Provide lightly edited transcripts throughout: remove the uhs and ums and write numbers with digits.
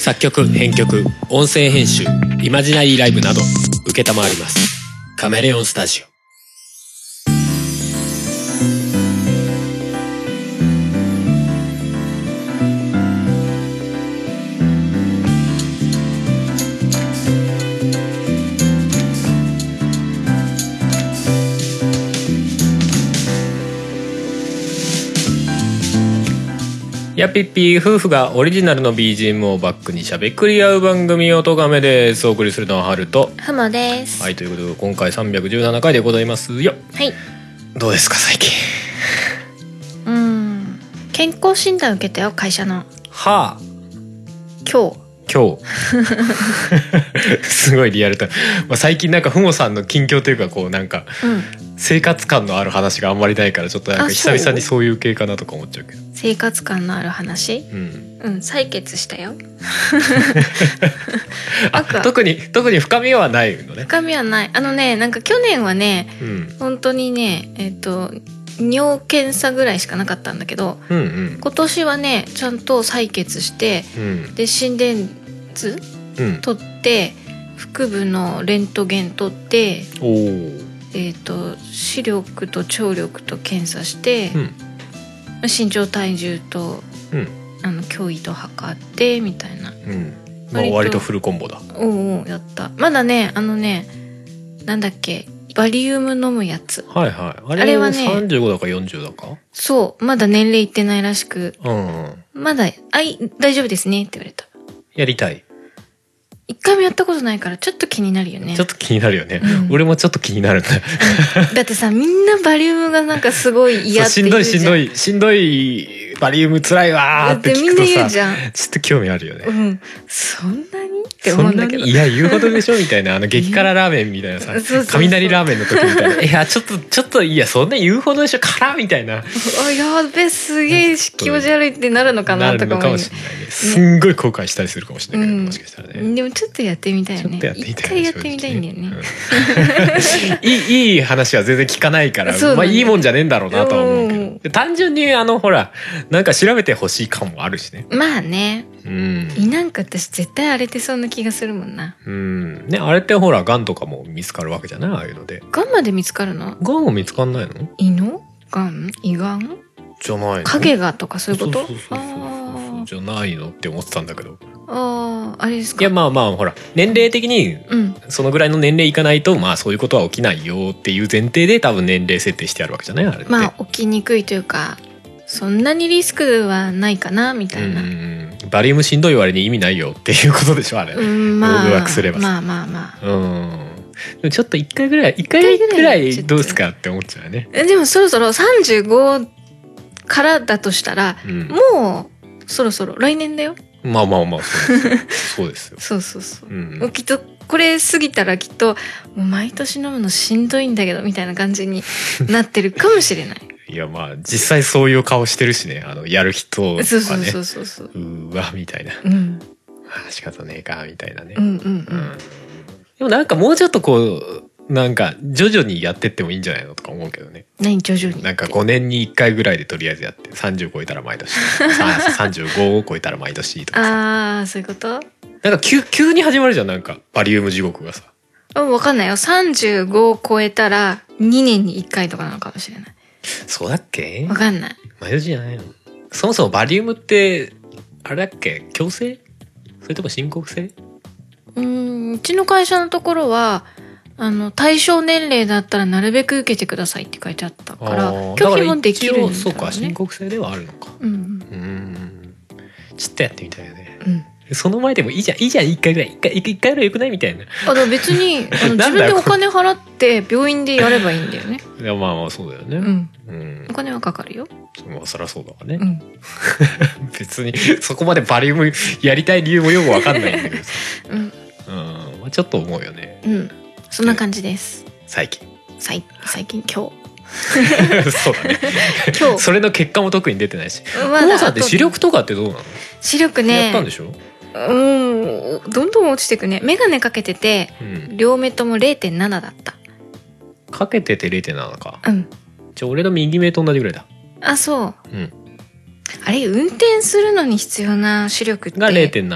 作曲編曲音声編集イマジナリーライブなど承ります。カメレオンスタジオ。やぴっぴ夫婦がオリジナルの BGM をバックにしゃべくり合う番組おとがめです。お送りするのはハルとハモです。 はい、ということで今回317回でございますよ。 はい。 どうですか最近。 健康診断受けたよ、会社の。 はあ。 今日すごいリアルタイム、最近なんかふもさんの近況というかこうなんか、生活感のある話があんまりないからちょっとなんか久々にそういう系かなとか思っちゃうけど。 生活感のある話、採血したよ。 特に深みはないのね。 深みはない。なんか去年はね、本当にね尿検査ぐらいしかなかったんだけど、今年はねちゃんと採血して、で心電図、取って腹部のレントゲン取って、視力と聴力と検査して、身長体重と、胸囲と測ってみたいな、 割とフルコンボだ。 やった。まだねなんだっけ、バリウム飲むやつ。 はいはい。あれはね35だか40だか。 そう、まだ年齢いってないらしく、まだ大丈夫ですねって言われた。 やりたい。 一回もやったことないからちょっと気になるよね。 ちょっと気になるよね、俺もちょっと気になるんだ。 だってさ、みんなバリウムがなんかすごい嫌って言うじゃん。 しんどいバリウム辛いわーって聞くとさ、みんな言うじゃん。ちょっと興味あるよね。 そんなにって思うんだけど。 いや言うほどでしょみたいな、激辛ラーメンみたいなさ、雷ラーメンの時みたいな。いやちょっといやそんな言うほどでしょ辛みたいな。やべ、すげえ気持ち悪いってなるのかなとか思う。 なるのかもしれないね。すんごい後悔したりするかもしれないけど、もしかしたらね。 でもちょっとやってみたいよね。一回やってみたいんだよね。 いい話は全然聞かないから、いいもんじゃねえんだろうなとは思うけど、単純にほらなんか調べてほしい感もあるしね。 まあね。なんか私絶対荒れてそうな気がするもんな。 ね、あれってほら癌とかも見つかるわけじゃない、ああいうので。 癌まで見つかるの？ 癌も見つかんないの？ 胃の癌？胃癌？ じゃないの？ 影がとかそういうこと？ じゃないのって思ってたんだけど。 あれですか？ いやまあほら年齢的にそのぐらいの年齢いかないとそういうことは起きないよっていう前提で多分年齢設定してあるわけじゃない、あれって。 起きにくいというかそんなにリスクはないかなみたいな。 バリウムしんどい割に意味ないよっていうことでしょ、あれ。語学すれば。 まあ。 でもちょっと一回ぐらいどうですかって思っちゃうね。 でもそろそろ35からだとしたら、もうそろそろ来年だよ。 まあそうですよ。 そう、きっとこれ過ぎたらきっともう毎年飲むのしんどいんだけどみたいな感じになってるかもしれない。 いや実際そういう顔してるしね、やる人とかね。そう 。 うわみたいな。仕方ねえかみたいなね。でもなんかもうちょっとこうなんか徐々にやってってもいいんじゃないのとか思うけどね。 何徐々に？ なんか5年に1回ぐらいでとりあえずやって30超えたら毎年35を超えたら毎年とかさ。 そういうこと？ なんか急に始まるじゃん、なんかバリウム地獄がさ。 分かんないよ。35を超えたら2年に1回とかなのかもしれない。 そうだっけ？ 分かんない。 毎年じゃないの？そもそもバリウムってあれだっけ、強制？それとも申告制？ うちの会社のところは対象年齢だったらなるべく受けてくださいって書いてあったから拒否もできるんだろうね。 そうか、申告制ではあるのか。ちょっとやってみたいよね。その前でもいいじゃん1回ぐらいよくないみたいな。 だから別に自分でお金払って病院でやればいいんだよね。 いやそうだよね。 お金はかかるよ。 そりゃそうだわね。別にそこまでバリウムやりたい理由もよくわかんないんだけどさ。ちょっと思うよね。 そんな感じです。 最近今日。 そうだね。今日それの結果も特に出てないし。コウさんって視力とかってどうなの？ 視力ね。 やったんでしょ？ どんどん落ちてくね。眼鏡かけてて、両目とも 0.7 だった。 かけてて 0.7 か。じゃあ俺の右目と同じぐらいだ。 そう。あれ運転するのに必要な視力ってが 0.7。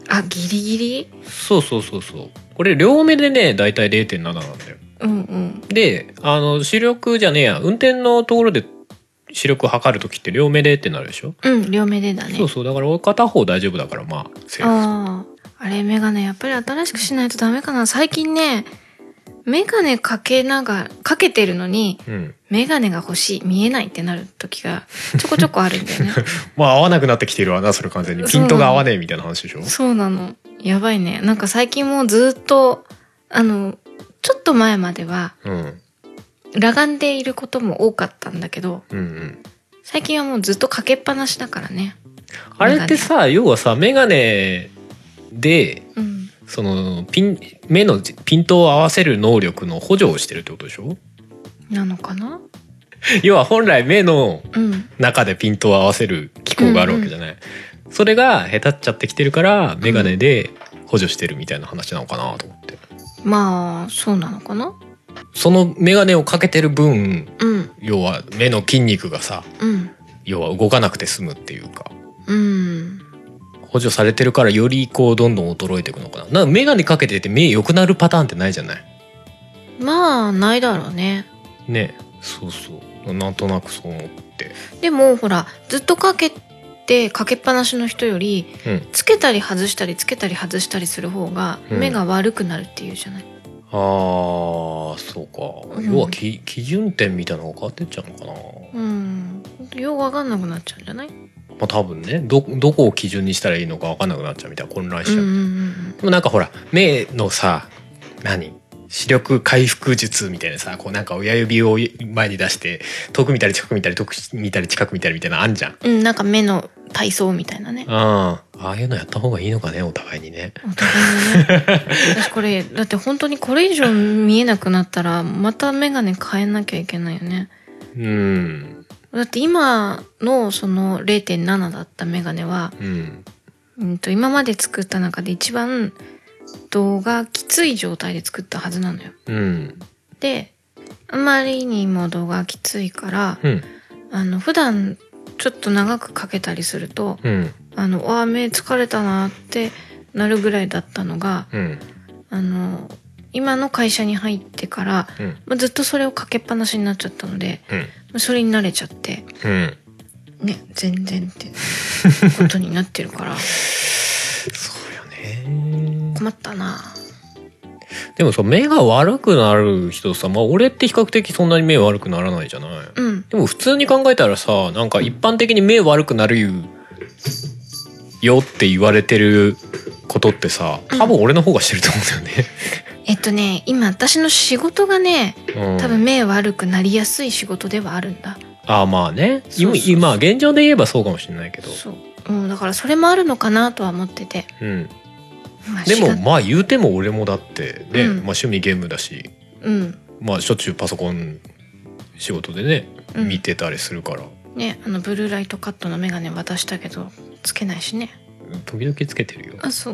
あ、ギリギリ。 そうこれ両目でねだいたい 0.7 なんだよ。で視力じゃねえや、運転のところで視力測るときって両目でってなるでしょ。 両目でだね。 そうだから俺片方大丈夫だからまあセーフ。 あれメガネやっぱり新しくしないとダメかな。最近ねメガネかけてるのに、メガネが欲しい見えないってなる時がちょこちょこあるんだよね。 まあ合わなくなってきてるわな、それ完全にピントが合わねえみたいな話でしょ。 そうなの、やばいね。なんか最近もうずっとちょっと前までは、裸眼でいることも多かったんだけど、最近はもうずっとかけっぱなしだからね。 あれってさ、要はさメガネで、その目のピントを合わせる能力の補助をしてるってことでしょ。 なのかな。 要は本来目の中でピントを合わせる機構があるわけじゃない、それが下手っちゃってきてるからメガネで補助してるみたいな話なのかなと思って。 まあそうなのかな。 そのメガネをかけてる分、要は目の筋肉がさ、要は動かなくて済むっていうか、補助されてるからよりこうどんどん衰えていくのかな。なんかメガネかけてて目良くなるパターンってないじゃない。 まあないだろうね。 ね、そうなんとなくそう思って。 でもほらずっとかけっぱなしの人より、つけたり外したりつけたり外したりする方が目が悪くなるっていうじゃない。 あーそうか、要は基準点みたいなのが変わってっちゃうのかな。 よく分かんなくなっちゃうんじゃない。 まあ多分ね、どこを基準にしたらいいのか分かんなくなっちゃうみたいな、混乱しちゃう。でもなんかほら目のさ、視力回復術みたいなさ、こうなんか親指を前に出して遠く見たり近く見たり遠く見たり近く見たりみたいなのあんじゃん。 なんか目の体操みたいなね。 ああいうのやった方がいいのかね、お互いにね。 お互いにね。私これだって本当にこれ以上見えなくなったらまた眼鏡変えなきゃいけないよね。だって今のその 0.7 だった眼鏡は、今まで作った中で一番度がきつい状態で作ったはずなのよ。であまりにも度がきついから、普段ちょっと長くかけたりすると、目疲れたなってなるぐらいだったのが、今の会社に入ってから、ずっとそれをかけっぱなしになっちゃったので、それに慣れちゃって、ね、全然ってことになってるからそうよね。 困ったな。 でもさ、目が悪くなる人さ、俺って比較的そんなに目悪くならないじゃない、でも普通に考えたらさ、なんか一般的に目悪くなるよって言われてることってさ、多分俺の方がしてると思うんだよね。 今私の仕事がね、多分目悪くなりやすい仕事ではあるんだ。 まあね、今現状で言えばそうかもしれないけど、 だからそれもあるのかなとは思ってて。 でも言うても俺もだってね、趣味ゲームだし、しょっちゅうパソコン仕事でね、見てたりするからね。ブルーライトカットのメガネ渡したけどつけないしね。 時々つけてるよ。 そう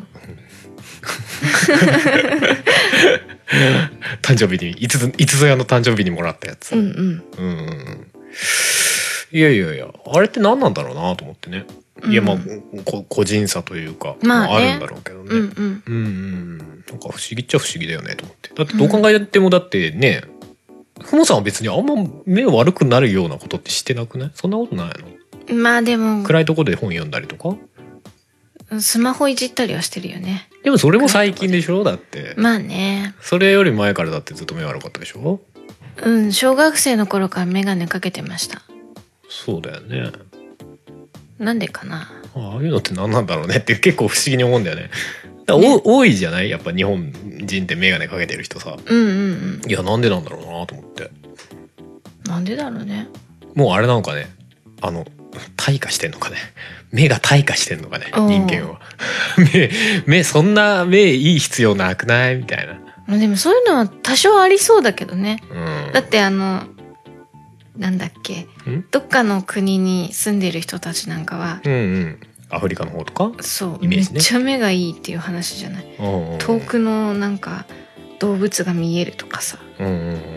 誕生日にいつぞやの誕生日にもらったやつ。いやあれって何なんだろうなと思ってね。いや個人差というか、あるんだろうけどね。なんか不思議っちゃ不思議だよねと思って。だってどう考えてもだってね、ふもさんは別にあんま目悪くなるようなことってしてなくない？そんなことないの？でも暗いところで本読んだりとかスマホいじったりはしてるよね。 でもそれも最近でしょ？だってね。 それより前からだってずっと目悪かったでしょ？ 小学生の頃からメガネかけてました。そうだよね。 なんでかな。 ああいうのって何なんだろうねって結構不思議に思うんだよね。多いじゃない？やっぱ日本人ってメガネかけてる人さ。いやなんでなんだろうなと思って。 なんでだろうね。 もうあれなのかね。退化してんのかね。目が退化してんのかね。人間は。目そんな目いい必要なくないみたいな。 でもそういうのは多少ありそうだけどね。だってなんだっけ、どっかの国に住んでる人たちなんかは、 アフリカの方とか、 めっちゃ目がいいっていう話じゃない。遠くのなんか動物が見えるとかさ、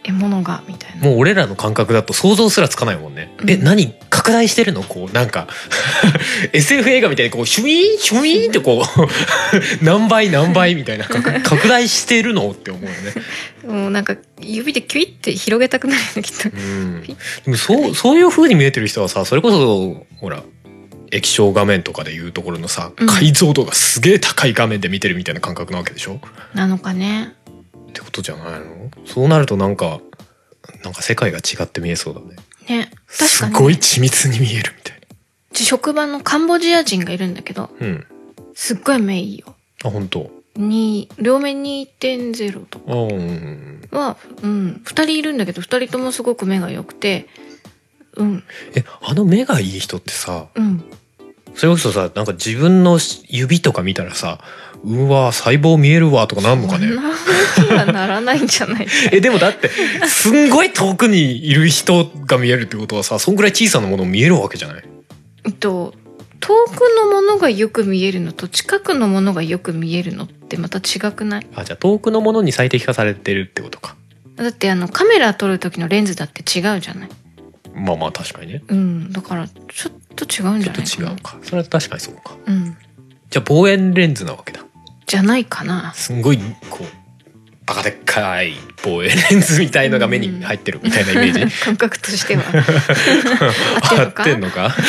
物がみたいな。 もう俺らの感覚だと想像すらつかないもんね。何拡大してるのこうなんかSF 映画みたいにこうシュイーンシュイーンってこう何倍何倍みたいな拡大してるのって思うよね。 もうなんか指でキュイって広げたくなるよねきっと。 でもそういう風に見えてる人はさ、それこそほら液晶画面とかでいうところのさ、解像度がすげえ高い画面で見てるみたいな感覚なわけでしょ。 なのかね。 ってことじゃないの？そうなるとなんか世界が違って見えそうだね。 ね、確かに。 すごい緻密に見えるみたいな。 職場のカンボジア人がいるんだけど、すっごい目いいよ。 あ、本当。 両目 2.0 とかは、2人いるんだけど、2人ともすごく目が良くて、 あの目がいい人ってさ、それこそさ、なんか自分の指とか見たらさ、うわ細胞見えるわとかなんのかね。 そんな風にはならないんじゃないでもだってすんごい遠くにいる人が見えるってことはさ、そんぐらい小さなもの見えるわけじゃない。 遠くのものがよく見えるのと近くのものがよく見えるのってまた違くない？ あ、じゃあ遠くのものに最適化されてるってことか。 だってカメラ撮る時のレンズだって違うじゃない。 まあまあ確かにね。 だからちょっと違うんじゃないかな。 ちょっと違うか。それは確かにそうか。じゃあ望遠レンズなわけだ。 じゃないかな。 すんごいこうバカでっかい望遠レンズみたいのが目に入ってるみたいなイメージ。 感覚としては合ってんのか。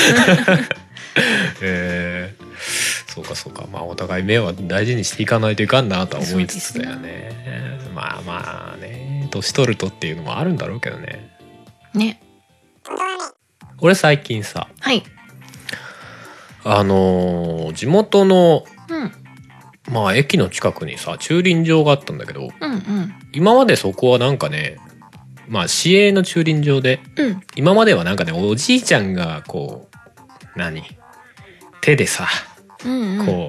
そうかそうか。まあお互い目は大事にしていかないといかんなとは思いつつだよね。まあまあね、年取るとっていうのもあるんだろうけどね。 ね。 俺最近さ、地元の、まあ駅の近くにさ駐輪場があったんだけど、今までそこはなんかね、まあ市営の駐輪場で、今まではなんかね、おじいちゃんがこう手でさ、こう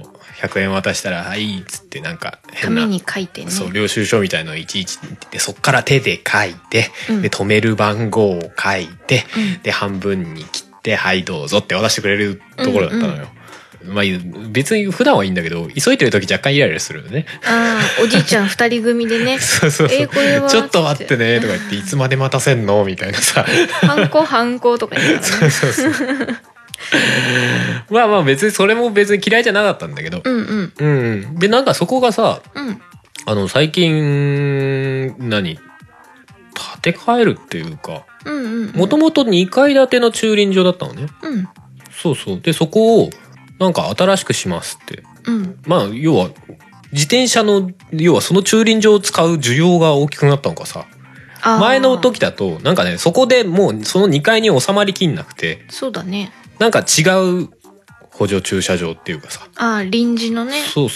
100円渡したらはいっつってなんか変な紙に書いてね、 そう領収書みたいのをいちいちで、そっから手で書いて、で止める番号を書いて、で半分に切ってはいどうぞって渡してくれるところだったのよ。まあ別に普段はいいんだけど、急いでる時若干イライラするよね。 おじいちゃん2人組でねそうこれはちょっと待ってねとか言って、いつまで待たせんのみたいなさ、ハンコとか言ってね。まあまあ別にそれも別に嫌いじゃなかったんだけど、でなんかそこがさ、最近建て替えるっていうか、もともと2階建ての駐輪場だったのね。そうでそこをなんか新しくしますって、まあ要は自転車のその駐輪場を使う需要が大きくなったのかさ。前の時だとなんかね、そこでもうその2階に収まりきんなくて、 そうだね、 なんか違う補助駐車場っていうかさ、 臨時のね、 そう、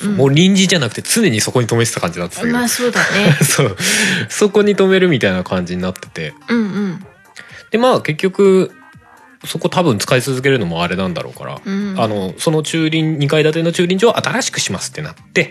もう臨時じゃなくて常にそこに止めてた感じになってたけど、 まあそうだねそこに止めるみたいな感じになってて、でまあ結局そこ多分使い続けるのもあれなんだろうから、その2階建ての駐輪場を新しくしますってなって、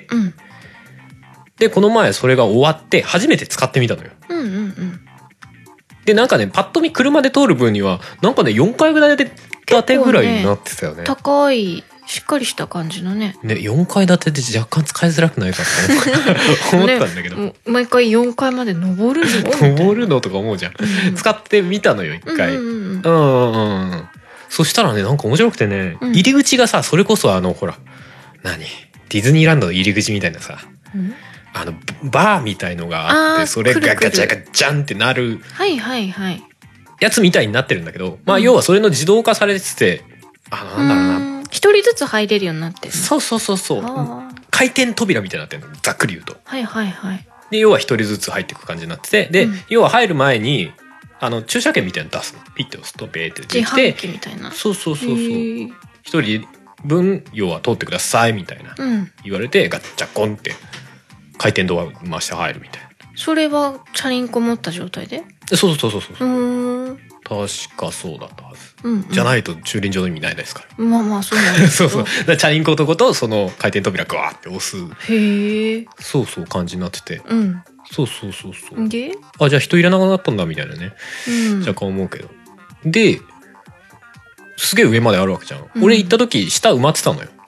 でこの前それが終わって初めて使ってみたのよ。でなんかね、パッと見車で通る分にはなんかね4階建てぐらいになってたよね。 高いしっかりした感じのね。 4階建てで若干使いづらくないかって思ったんだけど、 毎回4階まで登るのとか思うじゃん。使ってみたのよ1回。そしたらね、なんか面白くてね、入り口がさ、それこそほらディズニーランドの入り口みたいなさ、バーみたいのがあって、それがガチャガチャンってなるやつみたいになってるんだけど、まあ要はそれの自動化されてて、なんだろうな、 一人ずつ入れるようになってる。 そう回転扉みたいになってるの、ざっくり言うと。で要は一人ずつ入っていく感じになってて、で、要は入る前に駐車券みたいなの出すの、ピッて押すとベーって出てきて、 自販機みたいな。 そう一人分要は通ってくださいみたいな、言われてガッチャコンって回転ドア回して入るみたいな。それはチャリンコ持った状態で？ そう確かそうだったはず、じゃないと駐輪場の意味ないですから。 まあそうなんですけどチャリンコ男とその回転扉ガーって押す、 へえ、 そう感じになってて、そうで、 じゃあ人いらなくなったんだみたいなね、若干思うけど、ですげえ上まであるわけじゃん。俺行った時下埋まってたのよ。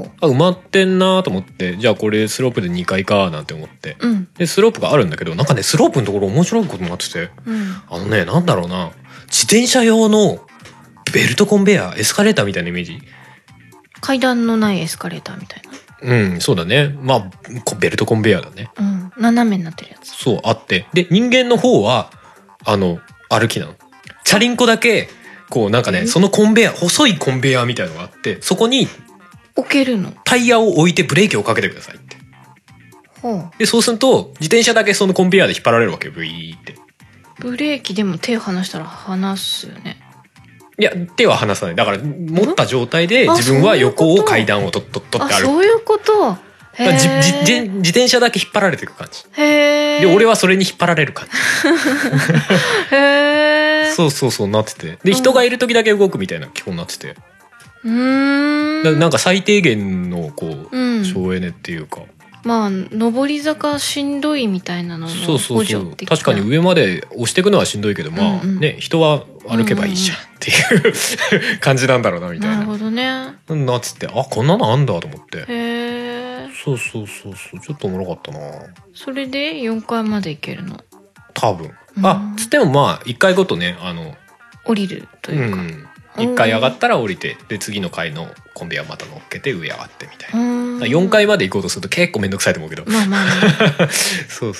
埋まってんなと思って、じゃあこれスロープで2階かなんて思って、でスロープがあるんだけど、なんかねスロープのところ面白いことになってて、なんだろうな、自転車用のベルトコンベヤー、エスカレーターみたいなイメージ。 階段のないエスカレーターみたいな。そうだね。まあベルトコンベヤーだね。 斜めになってるやつ。 そうあって、で人間の方は歩きなの。チャリンコだけこうなんかね、そのコンベヤー、細いコンベヤーみたいのがあって、そこに置けるの。 タイヤを置いてブレーキをかけてくださいって。でそうすると自転車だけそのコンベヤーで引っ張られるわけよ、ブイーって。 ブレーキでも手離したら離すよね。 いや手は離さない。だから持った状態で自分は横を階段をトットットって歩く。 そういうこと。 自転車だけ引っ張られていく感じ。で俺はそれに引っ張られる感じ。そうなってて、で人がいる時だけ動くみたいな基本になってて、なんか最低限のこう省エネっていうか、 まあ上り坂しんどいみたいなのの補助って確かに上まで押していくのはしんどいけど、まあね、人は歩けばいいじゃんっていう感じなんだろうなみたいな。 なるほどね。 なっつって、あこんなのあんだと思って。 へえ。 そうちょっとおもろかったな。 それで4階まで行けるの多分。つってもまあ1階ごとね、 降りるというか、 1階上がったら降りて、で次の階のコンベヤーまた乗っけて上上がってみたいな。4階まで行こうとすると結構めんどくさいと思うけど、 まあそう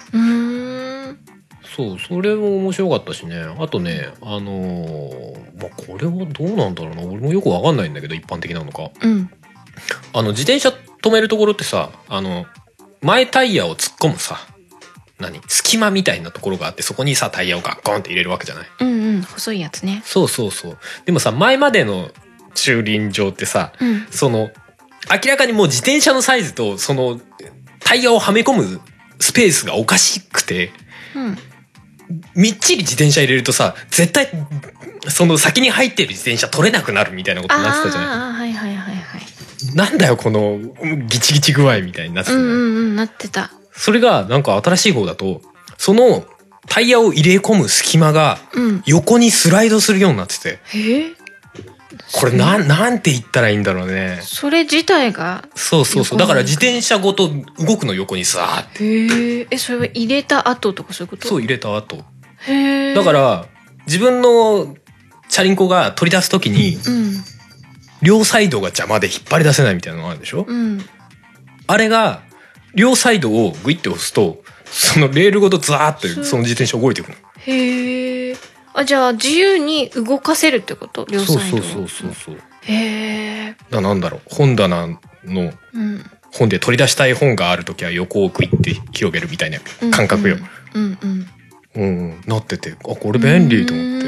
それも面白かったしね。あとねこれはどうなんだろうな、俺もよくわかんないんだけど、一般的なのか、自転車止めるところってさ、前タイヤを突っ込むさ、隙間みたいなところがあって、そこにさタイヤをガッコンって入れるわけじゃない。 細いやつね。 そうでもさ、前までの駐輪場ってさ、その明らかにもう自転車のサイズとそのタイヤをはめ込むスペースがおかしくて、みっちり自転車入れるとさ、絶対その先に入ってる自転車取れなくなるみたいなことになってたじゃない。なんだよこのギチギチ具合みたいになってた、 なってた。 それがなんか新しい方だと、そのタイヤを入れ込む隙間が横にスライドするようになってて、これなんて言ったらいいんだろうね。 それ自体がそうだから自転車ごと動くの、横にさーって。 それは入れた後とかそういうこと？ そう入れた後。だから自分のチャリンコが取り出す時に、両サイドが邪魔で引っ張り出せないみたいなのがあるでしょ。あれが両サイドをグイッて押すと、そのレールごとザーってその自転車動いていくの。 へえ。じゃあ自由に動かせるってこと？両サイドを。 そう。 へえ。 なんだろう、本棚の本で取り出したい本があるときは横をグイッて広げるみたいな感覚よ。なってて、これ便利と思って。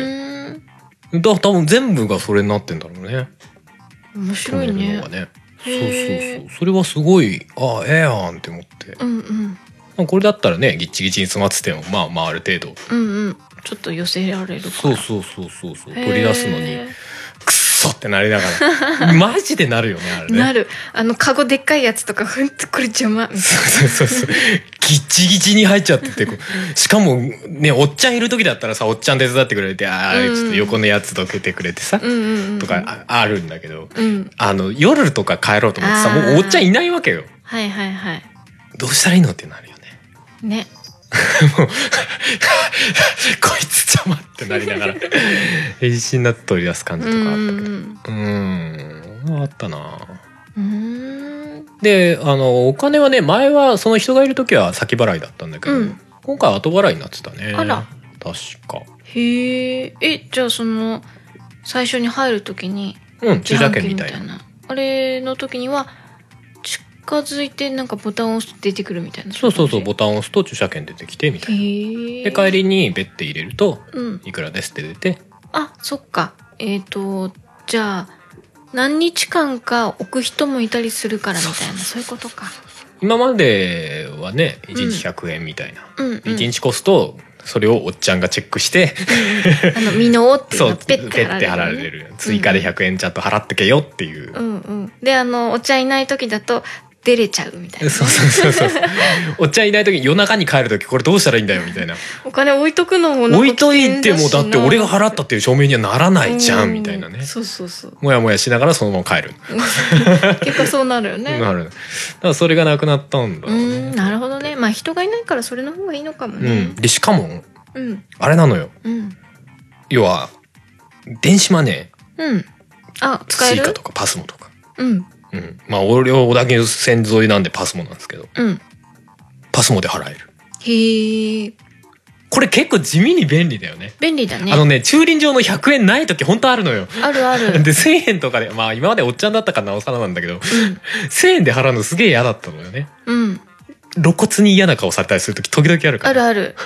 多分全部がそれになってんだろうね。 面白いね。 そうそれはすごい、ええやんって思って、これだったらね、ギッチギチに詰まっててもまあある程度ちょっと寄せられるから。 そう取り出すのにクッソってなりながらマジでなるよね、あれね。 なる。カゴでっかいやつとか、ほんとこれ邪魔みたいな。 そうギッチギチに入っちゃってて、しかもね、おっちゃんいる時だったらさ、おっちゃん手伝ってくれて、ちょっと横のやつどけてくれてさ、とかあるんだけど、夜とか帰ろうと思ってさ、もうおっちゃんいないわけよ。どうしたらいいのってなるよね。もうこいつ邪魔ってなりながら必死になって取り出す感じとかあったけど、あったな。でお金はね、前はその人がいる時は先払いだったんだけど、今回は後払いになってたね。 あら、 確か。 へえ。じゃあその最初に入る時に駐車券みたいなあれの時には近づいてなんかボタンを押すと出てくるみたいな。 そうボタンを押すと駐車券出てきてみたいな。で帰りにベッて入れると、いくらですって出て。 そっか。じゃあ何日間か置く人もいたりするからみたいな、そういうことか。 今まではね、1日100円みたいな、1日越すとそれをおっちゃんがチェックしてミノっていうのペッて貼られる、追加で100円ちゃんと払ってけよっていう、 でおっちゃんいない時だと出れちゃうみたいな、ね、 そうおっちゃんいない時、夜中に帰る時これどうしたらいいんだよみたいな。 お金置いとくのも置いといてもだって俺が払ったっていう証明にはならないじゃんみたいなね。 そうもやもやしながらそのまま帰る結構そうなるよね。 なる。だからそれがなくなったんだろうね。 なるほどね。まあ人がいないからそれの方がいいのかもね。 でしかも、あれなのよ、要は電子マネー、使えるスイカとかパスモとか、まあ俺は小田急線沿いなんでパスモなんですけど、パスモで払える。 へえ。 これ結構地味に便利だよね。 便利だね。 駐輪場の100円ない時本当あるのよ。 あるある。 で1000円とかで、まあ今までおっちゃんだったからなおさらなんだけど、1000円で払うのすげえ嫌だったのよね。露骨に嫌な顔されたりする時時々あるから。 ある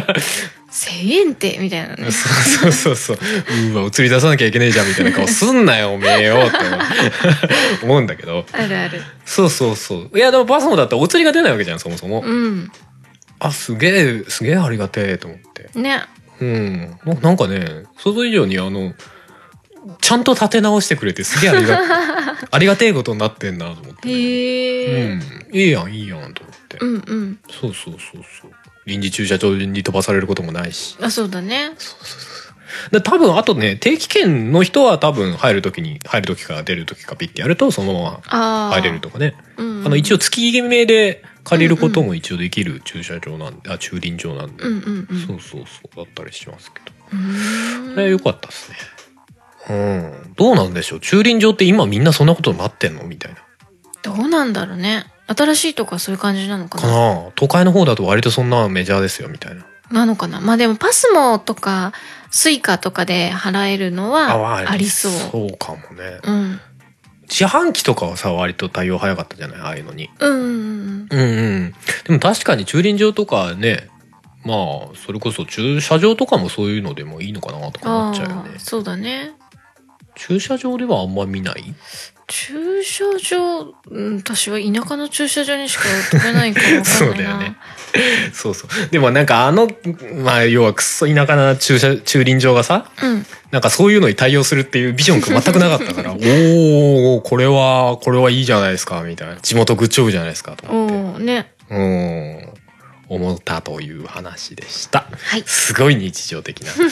1000円ってみたいなね。 そううわ移り出さなきゃいけねえじゃんみたいな顔すんなよおめえよって思うんだけど。 あるある。 そういやでもパスモだったらお釣りが出ないわけじゃんそもそも。すげえありがてえと思ってね。 なんかね想像以上にちゃんと立て直してくれてすげえありがてえことになってんなと思って、ね、いいやんと思って、そう臨時駐車場に飛ばされることもないし。 そうだね。 で多分あとね定期券の人は多分入る時か出る時かピッてやるとそのまま入れるとかね。一応月決めで借りることも一応できる駐車場なんで、駐輪場なんで、そうだったりしますけど、あれは良かったですね。どうなんでしょう駐輪場って今みんなそんなことになってんのみたいな。 どうなんだろうね。新しいとかそういう感じなのかな。 都会の方だと割とそんなメジャーですよみたいな。 なのかな。まあでもパスモとかスイカとかで払えるのはありそう。 そうかもね。自販機とかはさ割と対応早かったじゃないああいうのに。でも確かに駐輪場とかね、まあそれこそ駐車場とかもそういうのでもいいのかなとか思っちゃうよね。 そうだね。 駐車場ではあんま見ない。 駐車場、私は田舎の駐車場にしか止めないから分かんないな。 そうだよね。そうでもなんかまあ要はくっそ田舎な駐輪場がさ、なんかそういうのに対応するっていうビジョンが全くなかったからおこれはいいじゃないですかみたいな、地元グッジョブじゃないですかと思って思ったという話でした。すごい日常的な。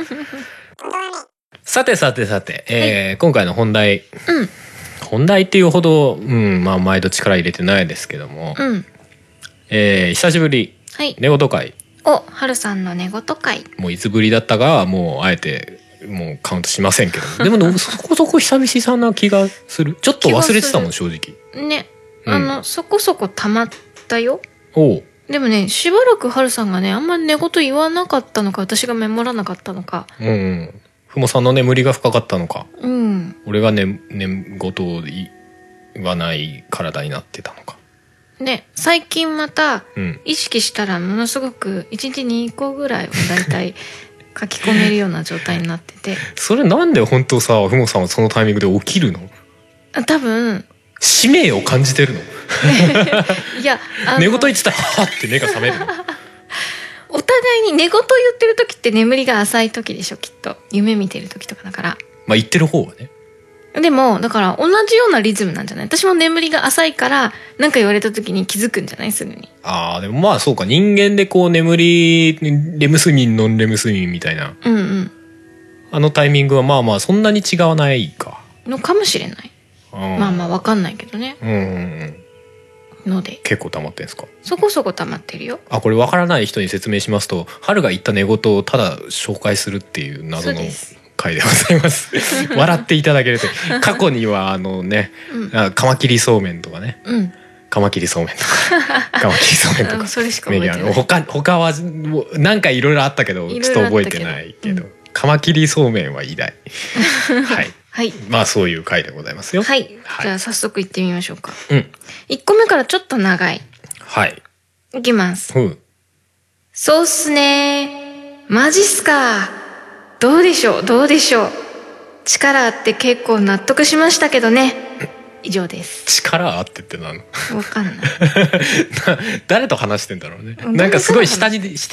さて、今回の本題。本題っていうほど、まあ毎度力入れてないですけども、久しぶり、寝言会。 はるさんの寝言会。 もういつぶりだったかはもうあえてもうカウントしませんけど、でもそこそこ久々な気がする。ちょっと忘れてたもん正直。ね、 そこそこ溜まったよ。でもねしばらくはるさんがねあんまり寝言言わなかったのか私がメモらなかったのか。ふもさんの眠りが深かったのか、俺が寝言を言わない体になってたのかね。最近また意識したらものすごく1日2個ぐらいをだいたい書き込めるような状態になっててそれなんで本当さふもさんはそのタイミングで起きるの。多分使命を感じてるの。いや寝言言ってたらはって目が覚めるの。 お互いに寝言言ってる時って眠りが浅い時でしょきっと。夢見てる時とかだから。 まあ言ってる方はね。 でもだから同じようなリズムなんじゃない。私も眠りが浅いから何か言われた時に気づくんじゃないすぐに。 でもまあそうか人間でこう眠りレム睡眠ノンレム睡眠みたいな、タイミングはまあまあそんなに違わないかのかもしれない。まあまあ分かんないけどね。ので結構溜まってんすか。 そこそこ溜まってるよ。 これ分からない人に説明しますと春が言った寝言をただ紹介するっていう謎の回でございます。笑っていただけると。過去にはカマキリそうめんとかね、カマキリそうめんとかカマキリそうめんとかそれしか覚えてない。 他はなんかいろいろあったけどちょっと覚えてないけど、カマキリそうめんは偉大。まあそういう回でございますよ。じゃあ早速行ってみましょうか。1個目からちょっと長い。いきます。そうっすね。マジっすか。どうでしょう。力あって結構納得しましたけどね。以上です。 力あってって何の。 わかんない。 誰と話してんだろうね。なんかすごい下にして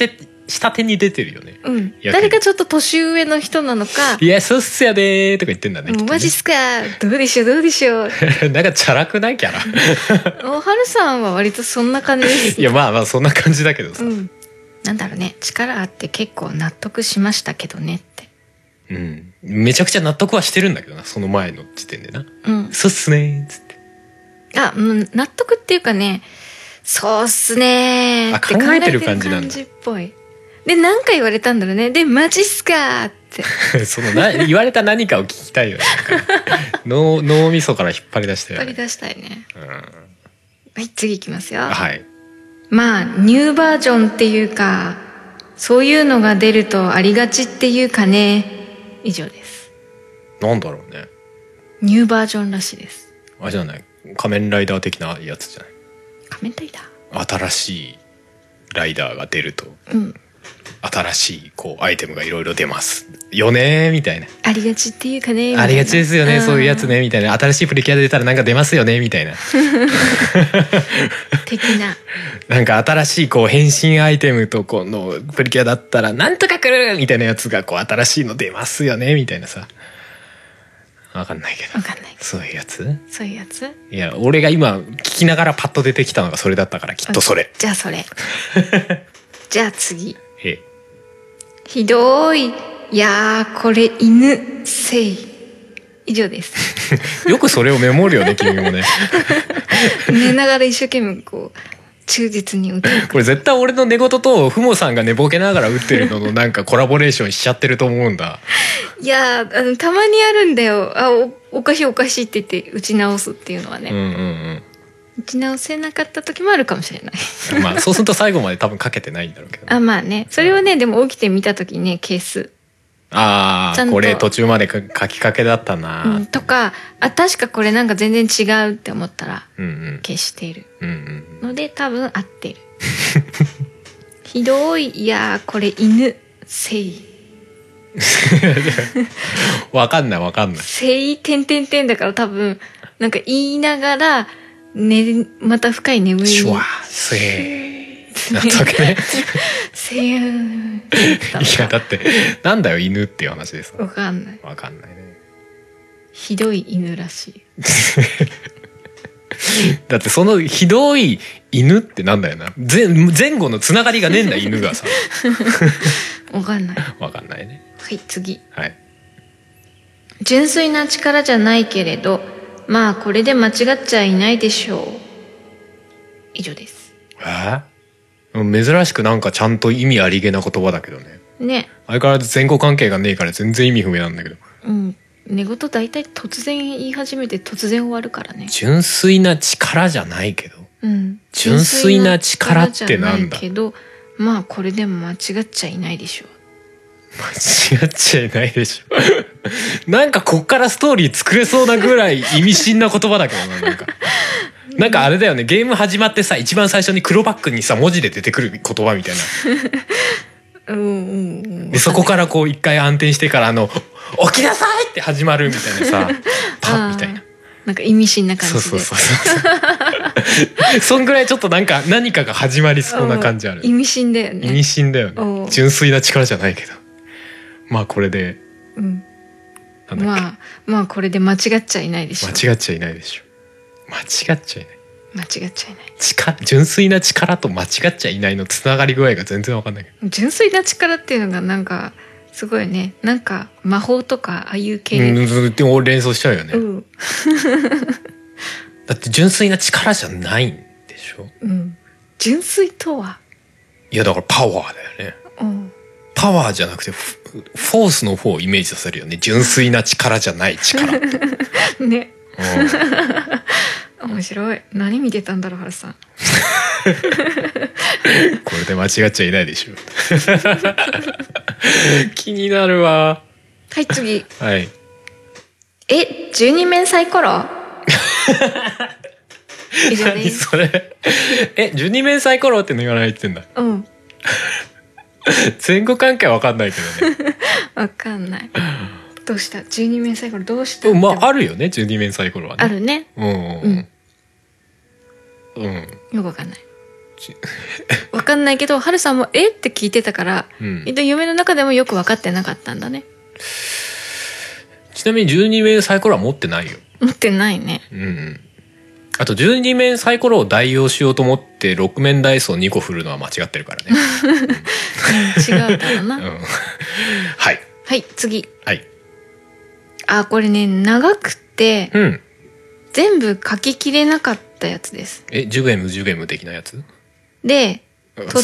下手に出てるよね。 誰かちょっと年上の人なのか、 いやそうっすやでーとか言ってんだね。 マジっすか、どうでしょうどうでしょう。 なんかチャラくないキャラ。 おはるさんは割とそんな感じです。 いやまあそんな感じだけどさ、 なんだろうね、力あって結構納得しましたけどねって。 めちゃくちゃ納得はしてるんだけどな、その前の時点でな。そうっすねーっつって。 納得っていうかね、そうっすねーって考えてる感じっぽい。で何か言われたんだろうね。でマジっすかーってその言われた何かを聞きたいよね。脳みそから引っ張り出したよね。 引っ張り出したいね。はい、次いきますよ。 はい。 まあニューバージョンっていうか、そういうのが出るとありがちっていうかね。以上です。 なんだろうね。 ニューバージョンらしいです。 あれじゃない、仮面ライダー的なやつじゃない。 仮面ライダー、 新しいライダーが出ると、新しいこうアイテムがいろいろ出ますよねみたいな。 ありがちっていうかねみたいな。 ありがちですよね、そういうやつねみたいな。新しいプリキュア出たらなんか出ますよねみたいな。 的な。 なんか新しいこう変身アイテムとこのプリキュアだったらなんとか来るみたいなやつがこう新しいの出ますよねみたいなさ。わかんないけど。 わかんない。 そういうやつ？ そういうやつ？ いや、俺が今聞きながらパッと出てきたのがそれだったからきっとそれ。 じゃあそれ。じゃあ次。ひどい。いやーこれ犬せい。以上です。 よくそれをメモるよね君もね。 寝ながら一生懸命こう忠実に歌う。 これ絶対俺の寝言とふもさんが寝ぼけながら打ってるののなんかコラボレーションしちゃってると思うんだ。 いやたまにあるんだよ。おかしいおかしいって言って打ち直すっていうのはね。打ち直せなかった時もあるかもしれない。 まあそうすると最後まで多分かけてないんだろうけど、 まあね、それをねでも起きてみた時にね消す。 これ途中まで書きかけだったな、 とか確かこれなんか全然違うって思ったら消しているので多分合ってる。ひどい。いやこれ犬せい。 わかんないせい点々点だから多分なんか言いながらまた深い眠りにシュワせいだったわけね。 せい。いやだってなんだよ犬っていう話でさ。 わかんないね。ひどい犬らしい。だってそのひどい犬ってなんだよな。前後のつながりがねえんだ犬がさ。 わかんないね。 はい、次。 はい。 純粋な力じゃないけれど、まあこれで間違っちゃいないでしょう。以上です。 珍しくなんかちゃんと意味ありげな言葉だけどね。 ね。 相変わらず前後関係がねえから全然意味不明なんだけど。 寝言大体突然言い始めて突然終わるからね。 純粋な力じゃないけど。純粋な力ってなんだ。 けど、まあこれでも間違っちゃいないでしょう。 間違っちゃいないでしょ。なんかこっからストーリー作れそうなぐらい意味深な言葉だけどな。なんかあれだよね、ゲーム始まってさ一番最初に黒バックにさ文字で出てくる言葉みたいな。でそこからこう一回暗転してから起きなさいって始まるみたいなさ、パッみたいな。 なんか意味深な感じで。そうそんぐらいちょっとなんか何かが始まりそうな感じある。 意味深だよね。 意味深だよね。純粋な力じゃないけど。まあこれで。まあこれで間違っちゃいないでしょ。 間違っちゃいないでしょ。間違っちゃいない。純粋な力と間違っちゃいないのつながり具合が全然わかんないけど。 純粋な力っていうのがなんかすごいね。なんか魔法とかああいう系。 でも連想しちゃうよね。だって純粋な力じゃないんでしょ。 純粋とは。 いやだからパワーだよね。パワーじゃなくてフォースの方をイメージさせるよね。純粋な力じゃない力って。 ね。面白い。何見てたんだろう、はるさん。これで間違っちゃいないでしょ。気になるわ。 はい、次。 はい。 十二面サイコロ。以上です。 それ。十二面サイコロっての言わないって言ってんだ。前後関係は分かんないけどね。 分かんない。どうした？十二面サイコロどうした？ あるよね、十二面サイコロはね。 あるね。 よく分かんない。分かんないけど、はるさんもえって聞いてたから、夢の中でもよく分かってなかったんだね。 ちなみに12面サイコロは持ってないよ。 持ってないね。 あと12面サイコロを代用しようと思って6面ダイスを2個振るのは間違ってるからね。 違うだろうな。 はい。 はい、次。 はい。 これね、長くて、全部書ききれなかったやつです。 10ゲーム10ゲーム的なやつで、途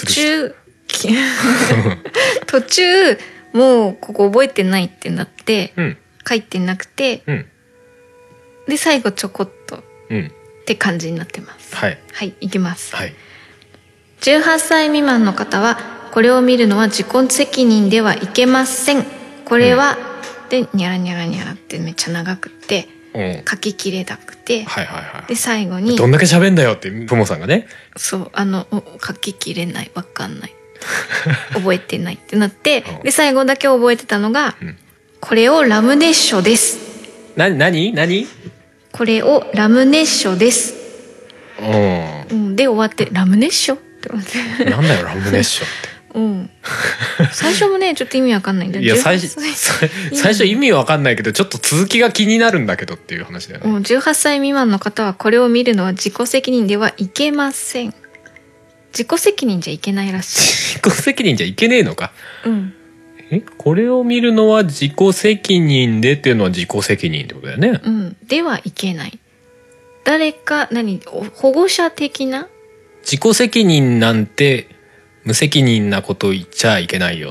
中、もうここ覚えてないってなって、書いてなくて、で、最後ちょこっと、って感じになってます。はい。はい、いきます。はい。18歳未満の方は、これを見るのは自己責任ではいけません。これは、で、ニャラニャラニャラってめっちゃ長くって、書ききれなくて、で、最後に。 どんだけ喋んだよって、ふもさんがね。 そう、書ききれない、わかんない。覚えてないってなって、で、最後だけ覚えてたのが、これをラムネッショです。 何これをラムネッショです。で終わってラムネッショって思って。 なんだよラムネッショって。 最初もねちょっと意味わかんないんだよ。 いや最初意味わかんないけどちょっと続きが気になるんだけどっていう話だよね。 18歳未満の方はこれを見るのは自己責任ではいけません。自己責任じゃいけないらしい。 自己責任じゃいけねえのか。これを見るのは自己責任でっていうのは自己責任ってことだよね。 ではいけない。誰か保護者的な自己責任なんて無責任なことを言っちゃいけないよって。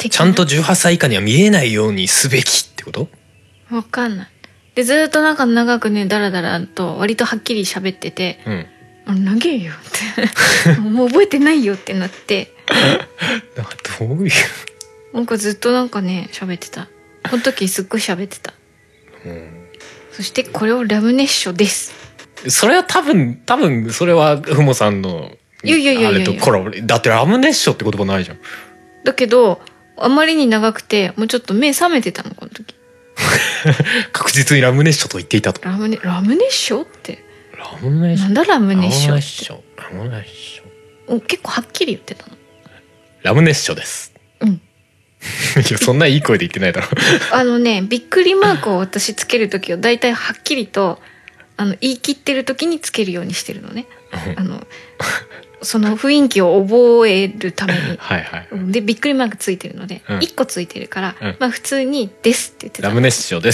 ちゃんと18歳以下には見えないようにすべきってこと？ わかんない。でずっとなんか長くねダラダラと割とはっきり喋ってて、長えよってもう覚えてないよってなって。 どういう？ なんかずっとなんかね喋ってた。この時すっごい喋ってた。そしてこれをラムネッショです。 それは多分それはふもさんのあれとコラボ。だってラムネッショって言葉ないじゃん。 だけどあまりに長くてもうちょっと目覚めてたのこの時。 確実にラムネッショと言っていたと。 ラムネッショって。 ラムネッショ。 なんだラムネッショって。 ラムネッショ。 結構はっきり言ってたの。 ラムネッショです。いやそんないい声で言ってないだろ。 びっくりマークを私つける時をだいたいはっきりと言い切ってる時につけるようにしてるのね。その雰囲気を覚えるために。でびっくりマークついてるので、1個ついてるから、まあ普通に「です」って言ってた。 ラムネッショです。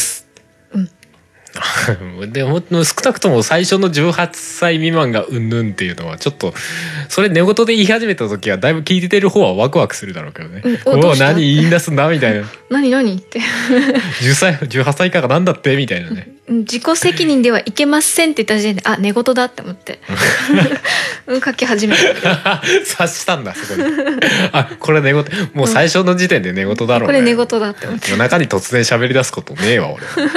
でも少なくとも最初の18歳未満がうんぬんっていうのはちょっとそれ寝言で言い始めた時はだいぶ聞いてる方はワクワクするだろうけどね。何言い出すんだみたいな。 何って 18歳以下がなんだってみたいなね。 自己責任ではいけませんって言った時点で寝言だって思って書き始めた。 察したんだそこに。これ寝言。もう最初の時点で寝言だろうね。 これ寝言だって思って。 夜中に突然喋り出すことねえわ俺。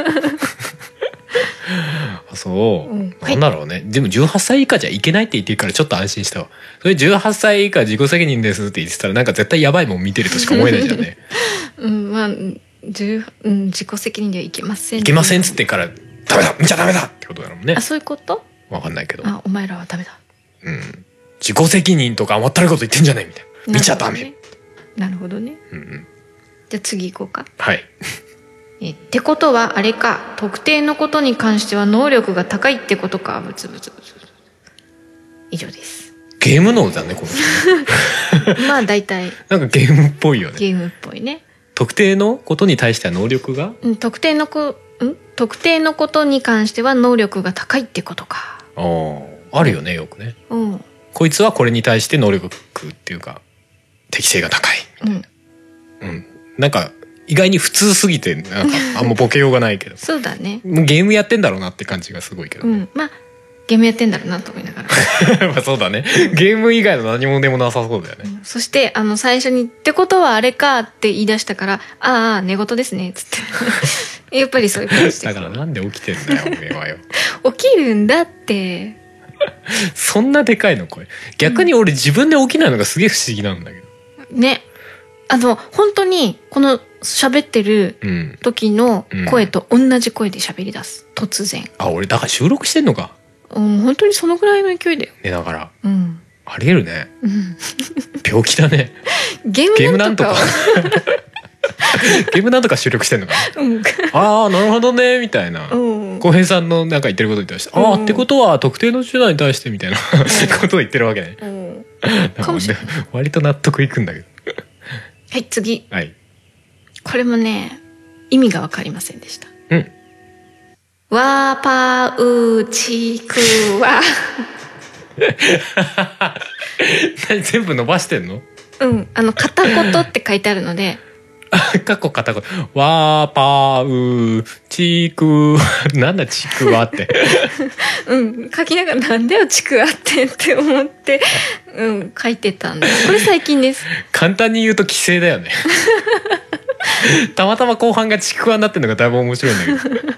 そう、なんだろうね。でも18歳以下じゃいけないって言ってるからちょっと安心したわ。それ18歳以下自己責任ですって言ってたらなんか絶対やばいもん見てるとしか思えないじゃんね。 自己責任ではいけません。 いけませんっつってからダメだ見ちゃダメだってことだもんね。 そういうこと？ わかんないけど。 お前らはダメだ。 自己責任とか甘ったるいこと言ってんじゃないみたいな。見ちゃダメ。 なるほどね。じゃあ次行こうか。 はい。 ってことはあれか、特定のことに関しては能力が高いってことか。ブツブツブツ。以上です。 ゲーム脳だねこの人。 まあ大体なんかゲームっぽいよね。 ゲームっぽいね。 特定のことに対しては能力が、 特定のことに関しては能力が高いってことか。 あるよねよくね。こいつはこれに対して能力っていうか適性が高いみたいな。なんか意外に普通すぎてなんかあんまボケようがないけど。 そうだね。 ゲームやってんだろうなって感じがすごいけど、ね。 まあゲームやってんだろうなと思いながら。 まあそうだね。ゲーム以外の何もでもなさそうだよね。 そして最初に「ってことはあれか」って言い出したから「寝言ですね」っつってやっぱりそういう感じで。 だからなんで起きてんだよおめえはよ。 起きるんだって。 そんなでかいの声。逆に俺自分で起きないのがすげえ不思議なんだけど。 ね。本当にこの喋ってる時の声と同じ声で喋り出す。突然。 俺だから収録してんのか。 本当にそのぐらいの勢いだよ。 寝ながら。 ありえるね、病気だね。 ゲームなんとかゲームなんとか収録してんのかな、ああなるほどねみたいな、浩平さんのなんか言ってることに対して、ああってことは特定の手段に対してみたいなことを言ってるわけね。かもしれない。割と納得いくんだけど。 はい次、 はい、 これもね意味が分かりませんでした。わぱうちくわ全部伸ばしてんの？ 片言って書いてあるのでかっこ片言わぱうちくなんだちくわって書きながらなんだよちくわって思って書いてたんで、これ最近です。 簡単に言うと規制だよねたまたま後半がちくわになってるのがだいぶ面白いんだけど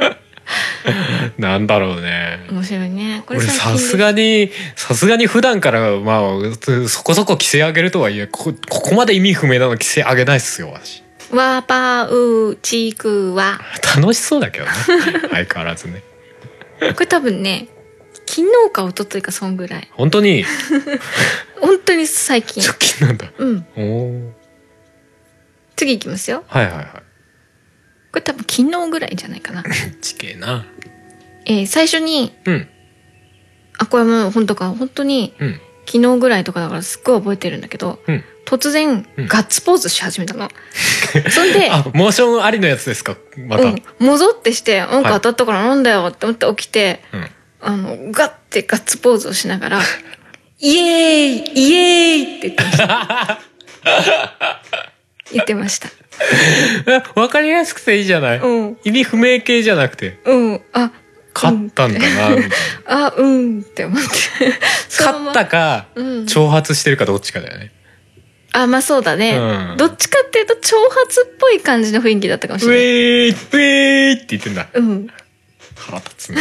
なんだろうね。 面白いね。これさすがに普段からまあそこそこ規制上げるとはいえここまで意味不明なの規制上げないっすよ私。 わぱうちくわ楽しそうだけどね相変わらずね。 これ多分ね昨日か一昨日かそんぐらい。 本当に本当に最近。 直近なんだ。 お次いきますよ。 はいはいはい。 これ多分昨日ぐらいじゃないかなちけえな。 最初に、これもう本当に、昨日ぐらいとかだからすっごい覚えてるんだけど、突然、ガッツポーズし始めたのそんでモーションありのやつですかまた、 もぞってしてなんか当たったからなんだよって思って起きて、ガッてガッツポーズをしながらイエーイイエーイって言ってました言ってましたわかりやすくていいじゃない、意味不明系じゃなくて、勝ったんだなみたいなって思って勝ったか、挑発してるかどっちかだよね。 まあそうだね、どっちかっていうと挑発っぽい感じの雰囲気だったかもしれない。 ウェーイって言ってんだ。腹立つね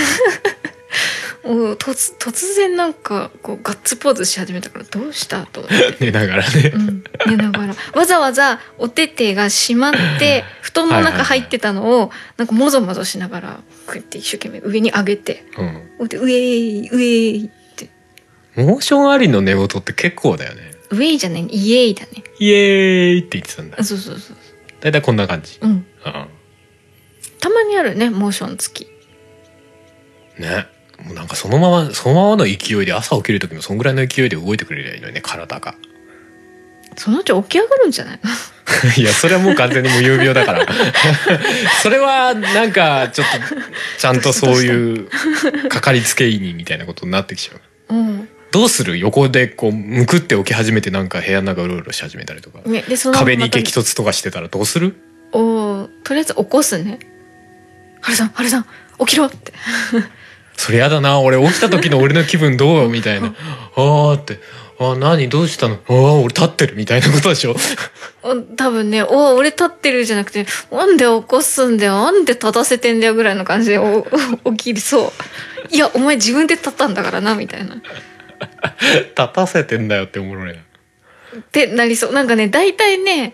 突然なんかこうガッツポーズし始めたからどうしたと思って寝ながらね、 寝ながらわざわざお手手が閉まって布団の中入ってたのをなんかもぞもぞしながらこうやって一生懸命上に上げて、でウェイウェイってモーションありの寝言って結構だよね。 ウェイじゃないイエーイだね。 イエーイって言ってたんだ。 そうだいたいこんな感じ。 たまにあるねモーション付きね。もうなんかそのままの勢いで朝起きる時もそんぐらいの勢いで動いてくれりゃいいのにね体が。 そのうち起き上がるんじゃないのいやそれはもう完全に無遊病だからそれはなんかちょっとちゃんとそういうかかりつけ医にみたいなことになってきちゃう。どうする？横でこうむくって起き始めてなんか部屋の中うろうろし始めたりとか、壁に激突とかしてたらどうする？ とりあえず起こすね。ハルさん起きろってそれやだな。俺起きた時の俺の気分どうみたいなって何どうしたの俺立ってるみたいなことでしょ多分ね俺立ってるじゃなくてなんで起こすんだよなんで立たせてんだよぐらいの感じで起きりそういやお前自分で立ったんだからなみたいな立たせてんだよっておもろいなってなりそう。なんかね大体ね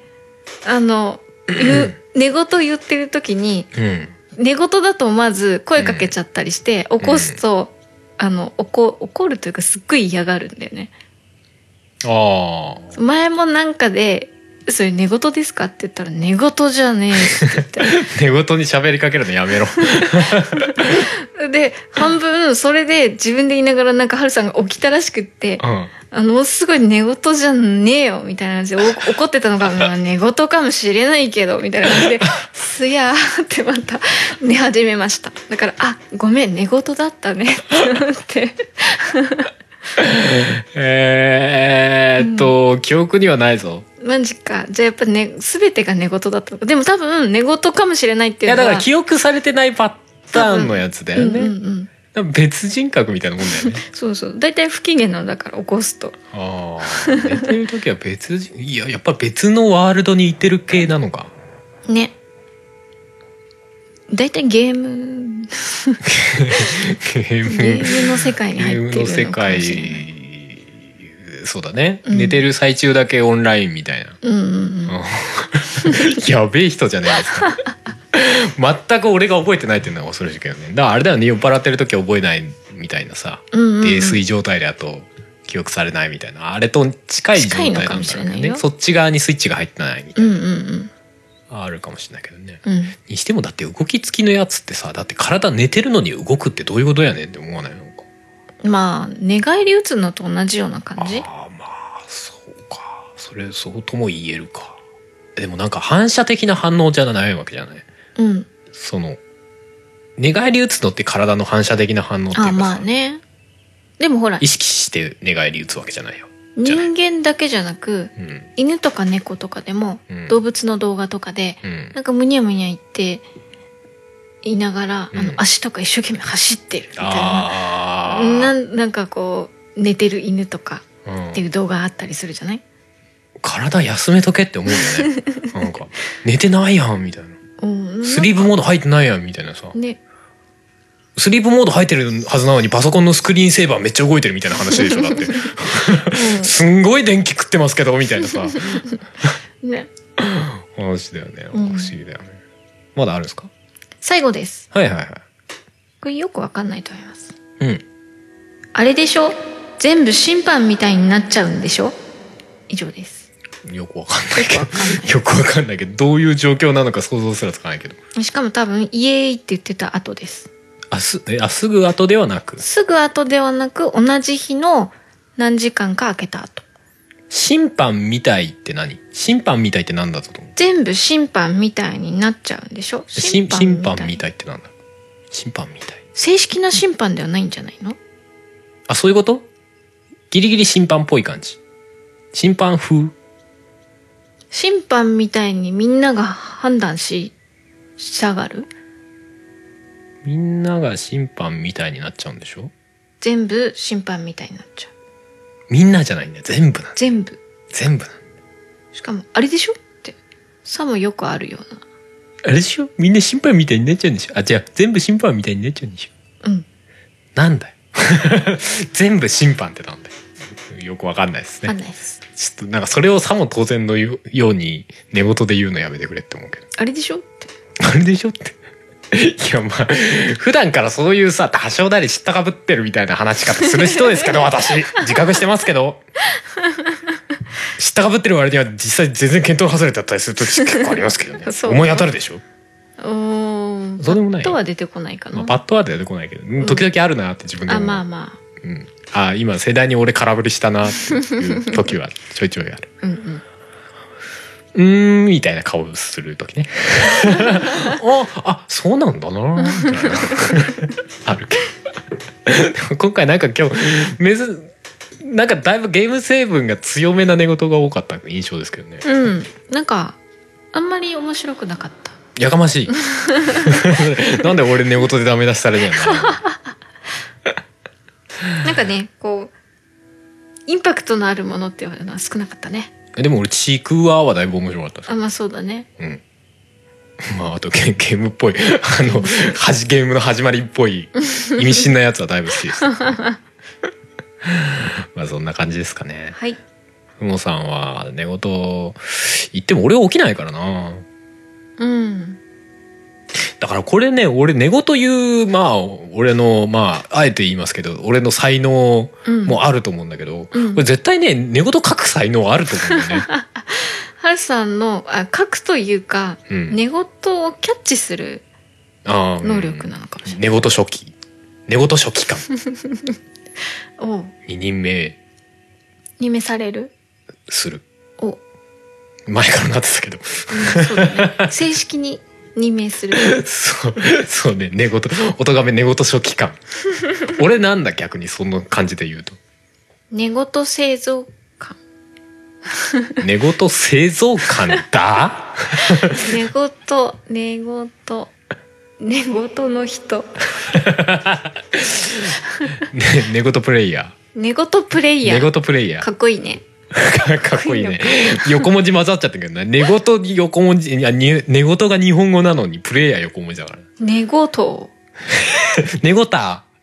寝言言ってる時に、寝言だとまず声かけちゃったりして、起こすと、怒るというかすっごい嫌がるんだよね。前もなんかで「それ寝言ですか?」って言ったら「寝言じゃねえ」って言って寝言に喋りかけるのやめろで半分それで自分で言いながらなんかハルさんが起きたらしくって、すごい寝言じゃねえよみたいな感じで怒ってたのが寝言かもしれないけどみたいな感じで「すやー」ってまた寝始めました。だからごめん寝言だったねって思って記憶にはないぞ。 マジか。じゃあやっぱね全てが寝言だったのか。でも多分寝言かもしれないっていうのは。 いやだから記憶されてないパターンのやつだよね。別人格みたいなもんだよねそうだいたい不機嫌なんだから起こすと寝てる時はやっぱ別のワールドにいてる系なのかね。だいたいゲームの世界に入ってるのかもしれない。 そうだね、寝てる最中だけオンラインみたいな、やべえ人じゃないですか全く俺が覚えてないっていうのは恐ろしいけどね。だからあれだよね、酔っ払ってる時は覚えないみたいなさ、泥酔状態だと記憶されないみたいな、あれと近い状態なんだろうね。そっち側にスイッチが入ってないみたいな、あるかもしれないけどね、にしてもだって動き付きのやつってさ、だって体寝てるのに動くってどういうことやねんって思わないのか。 まあ寝返り打つのと同じような感じ。 ああ、まあそうか、それそうとも言えるか。でもなんか反射的な反応じゃないわけじゃない。その寝返り打つのって体の反射的な反応っていうかさ、 まあね。でもほら意識して寝返り打つわけじゃないよ。 人間だけじゃなく、犬とか猫とかでも、動物の動画とかで、なんかむにゃむにゃ言って言いながら、足とか一生懸命走ってるみたいな、なんかこう寝てる犬とかっていう動画あったりするじゃない。 体休めとけって思うよね。なんか寝てないやんみたいな、スリープモード入ってないやんみたいなさ、ね、スリープモード入ってるはずなのにパソコンのスクリーンセーバーめっちゃ動いてるみたいな話でしょだってすんごい電気食ってますけどみたいなさね、話だよね。不思議だよね。まだあるんですか？ 最後です。 はいはいはい。 これよくわかんないと思います。あれでしょ、全部審判みたいになっちゃうんでしょ。以上です。 よくわかんないけどよくわかんないけど、どういう状況なのか想像すらつかないけど。 しかも多分イエーイって言ってた後です。 すぐ後ではなく、 すぐ後ではなく、同じ日の何時間か空けた後。 審判みたいって何？審判みたいって何だと思う？ 全部審判みたいになっちゃうんでしょ。 審判みたいってなんだ？審判みたい、 正式な審判ではないんじゃないの？ あ、そういうこと？ギリギリ審判っぽい感じ。審判風？ 審判みたいにみんなが判断したがる？ みんなが審判みたいになっちゃうんでしょ？ 全部審判みたいになっちゃう。 みんなじゃないんだよ、全部なんだ。 全部なんだ。 しかもあれでしょってさもよくあるような、 あれでしょ、みんな審判みたいになっちゃうんでしょ。あ、じゃあ全部審判みたいになっちゃうんでしょ。なんだよ全部審判ってなんだよ。よくわかんないですね。わかんないです。ちょっとなんかそれをさも当然のように寝言で言うのやめてくれって思うけど。 あれでしょって。 あれでしょっていや、まあ普段からそういうさ、多少なり知ったかぶってるみたいな話し方する人ですけど私自覚してますけど知ったかぶってる割には実際全然見当外れだったりする時結構ありますけどね思い当たるでしょ。そうでもない。 パッとは出てこないかな、 パッとは出てこないけど、時々あるなって自分で思う。 まあまあ、今世代に俺空振りしたなっていう時はちょいちょいあるみたいな顔する時ねあ、そうなんだなみたいなあるけどでも今回なんか今日なんかだいぶゲーム成分が強めな寝言が多かった印象ですけどね。 なんかあんまり面白くなかった。 やかましいなんで俺寝言でダメ出しされるんやなんかね、こうインパクトのあるものっていうのは少なかったね。 でも俺チークワはだいぶ面白かったです。 まあそうだね。 まああとゲームっぽいゲームの始まりっぽい意味深なやつはだいぶ好きですまあそんな感じですかね。 はい。 ふもさんは寝言言っても俺は起きないからな。だからこれね、俺寝言言う、まあ俺のあえて言いますけど俺の才能もあると思うんだけど、これ絶対ね寝言書く才能あると思うんだよねはるさんの書くというか、寝言をキャッチする能力なのかもしれない。 寝言書記官に任命されるする。前からなってたけど、 そうだね、正式に任命するそうね、寝言おとがめ寝言書記官俺なんだ逆にその感じで言うと寝言製造官寝言製造官だ寝言の人寝言プレイヤーかっこいいねかっこいいね。横文字混ざっちゃったけどね。寝言横文字、いや寝言が日本語なのにプレイヤー横文字だから。寝言寝言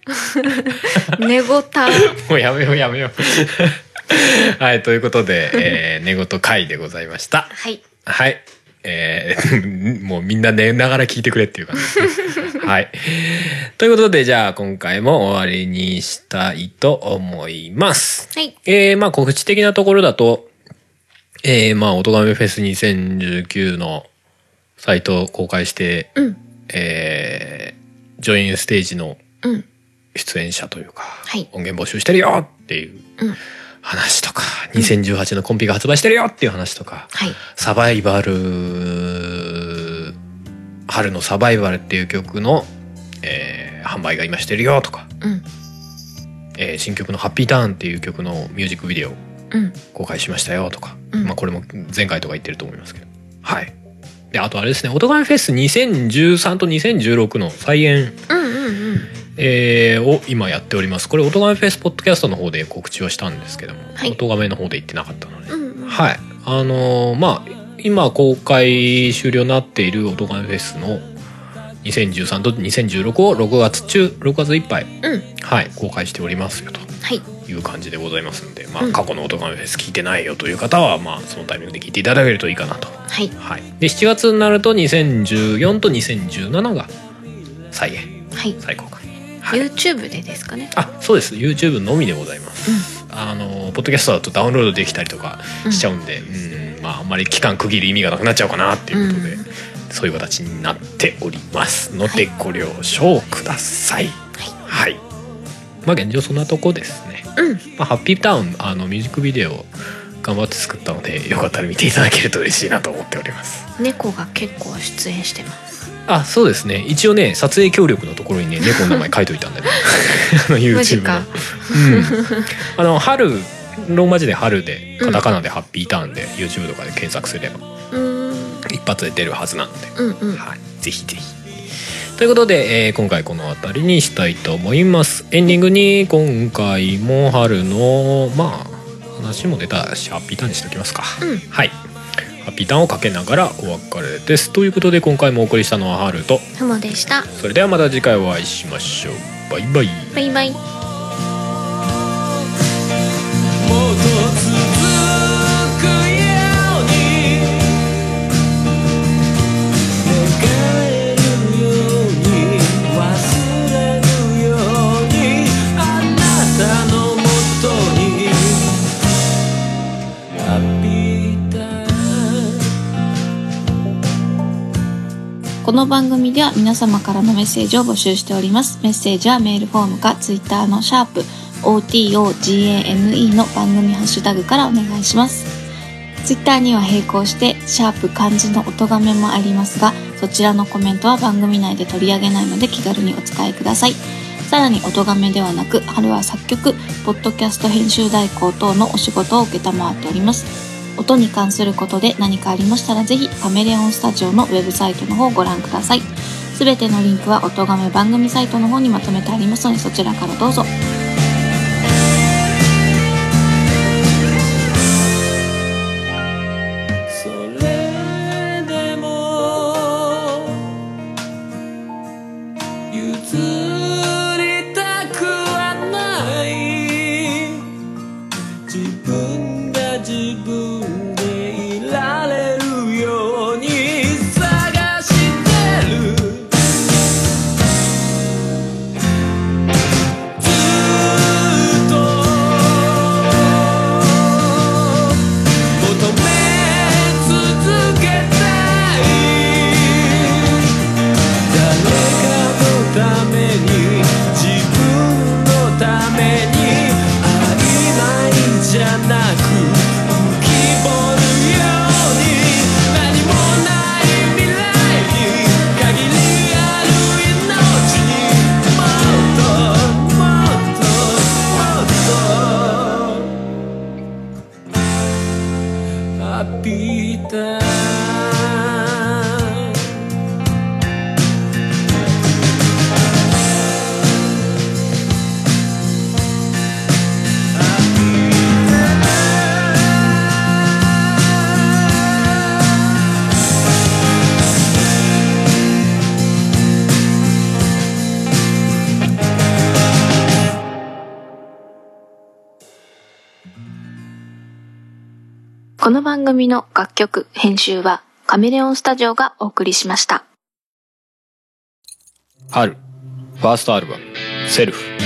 もうやめようはい、ということで、寝言会でございました。 はい。 はい。 もうみんな寝ながら聞いてくれっていう感じですね。はい。ということで、じゃあ今回も終わりにしたいと思います。 はい。 告知的なところだと、おとがめフェス2019のサイトを公開して、 うん、 ジョインステージの出演者というか、音源募集してるよっていう話とか、2018のコンピが発売してるよっていう話とか、サバイバル、春のサバイバルっていう曲の、販売が今してるよとか、新曲のハッピーターンっていう曲のミュージックビデオ公開しましたよとか、これも前回とか言ってると思いますけど、はい。で、あとあれですね、おとがめフェス2013と2016の再演を今やっております。これおとがめフェスポッドキャストの方で告知はしたんですけども、おとがめの方で言ってなかったので、はい。今公開終了になっているおとがめフェスの2013と2016を6月いっぱい、はい、公開しておりますよという感じでございますので、過去のおとがめフェス聞いてないよという方は、そのタイミングで聞いていただけるといいかなと。はい。で、7月になると2014と2017が再演、再公開。 YouTube でですかね。 そうです。YouTube のみでございます。ポッドキャストだとダウンロードできたりとかしちゃうんで、あんまり期間区切る意味がなくなっちゃうかなっていうことで、そういう形になっておりますので、ご了承ください。はい。現状そんなとこですね。ハッピーターンミュージックビデオ頑張って作ったので、よかったら見ていただけると嬉しいなと思っております。 猫が結構出演してます。 そうですね。一応ね、撮影協力のところにね、猫の名前書いといたんだよね。YouTube の。春、ローマ字で春で、カタカナでハッピーターンで、YouTube とかで検索すれば、一発で出るはずなので、はい、ぜひぜひ。ということで、今回この辺りにしたいと思います。エンディングに今回も春の話も出たし、ハッピーターンにしておきますか。はい。ハッピーターンをかけながらお別れです。ということで、今回もお送りしたのは春とふもでした。 それではまた次回お会いしましょう。バイバイ。 バイバイ。 この番組では皆様からのメッセージを募集しております。メッセージはメールフォームかツイッターの#OTOGAME の番組ハッシュタグからお願いします。ツイッターには並行して漢字の音がめもありますが、そちらのコメントは番組内で取り上げないので気軽にお使いください。さらに音がめではなく、春は作曲、ポッドキャスト編集代行等のお仕事を承っております。音に関することで何かありましたら、ぜひカメレオンスタジオのウェブサイトの方をご覧ください。すべてのリンクは音がめ番組サイトの方にまとめてありますので、そちらからどうぞ。この番組の楽曲編集はカメレオンスタジオがお送りしました。 春ファーストアルバムセルフ。この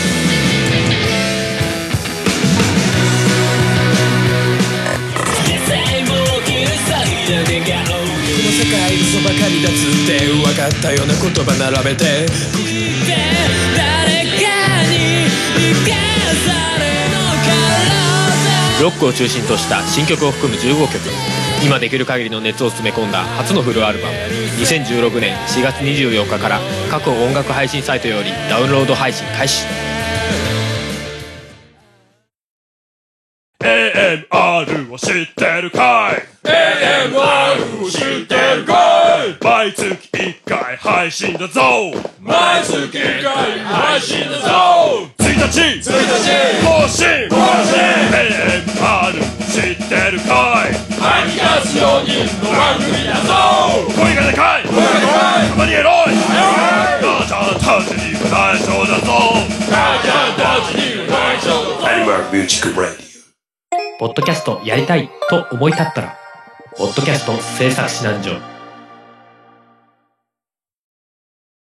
世界嘘ばかりだつって分かったような言葉並べて誰かに生かされのからロックを中心とした新曲を含む15曲、今できる限りの熱を詰め込んだ初のフルアルバム、2016年4月24日から各音楽配信サイトよりダウンロード配信開始。 AMR を知ってるかい？ AMR を知ってるかい？毎月1回配信だぞ。毎月1回配信だぞ。1日更新 AMR を知ってるかい？吐き出す4人の番組だぞ。声がでかい、たまにエロい、母ちゃんたちには内緒だぞ。母ちゃんたちには内緒だぞ。AMR ミュージックラディオ。 ポッドキャストやりたいと思い立ったら、ポッドキャスト制作指南所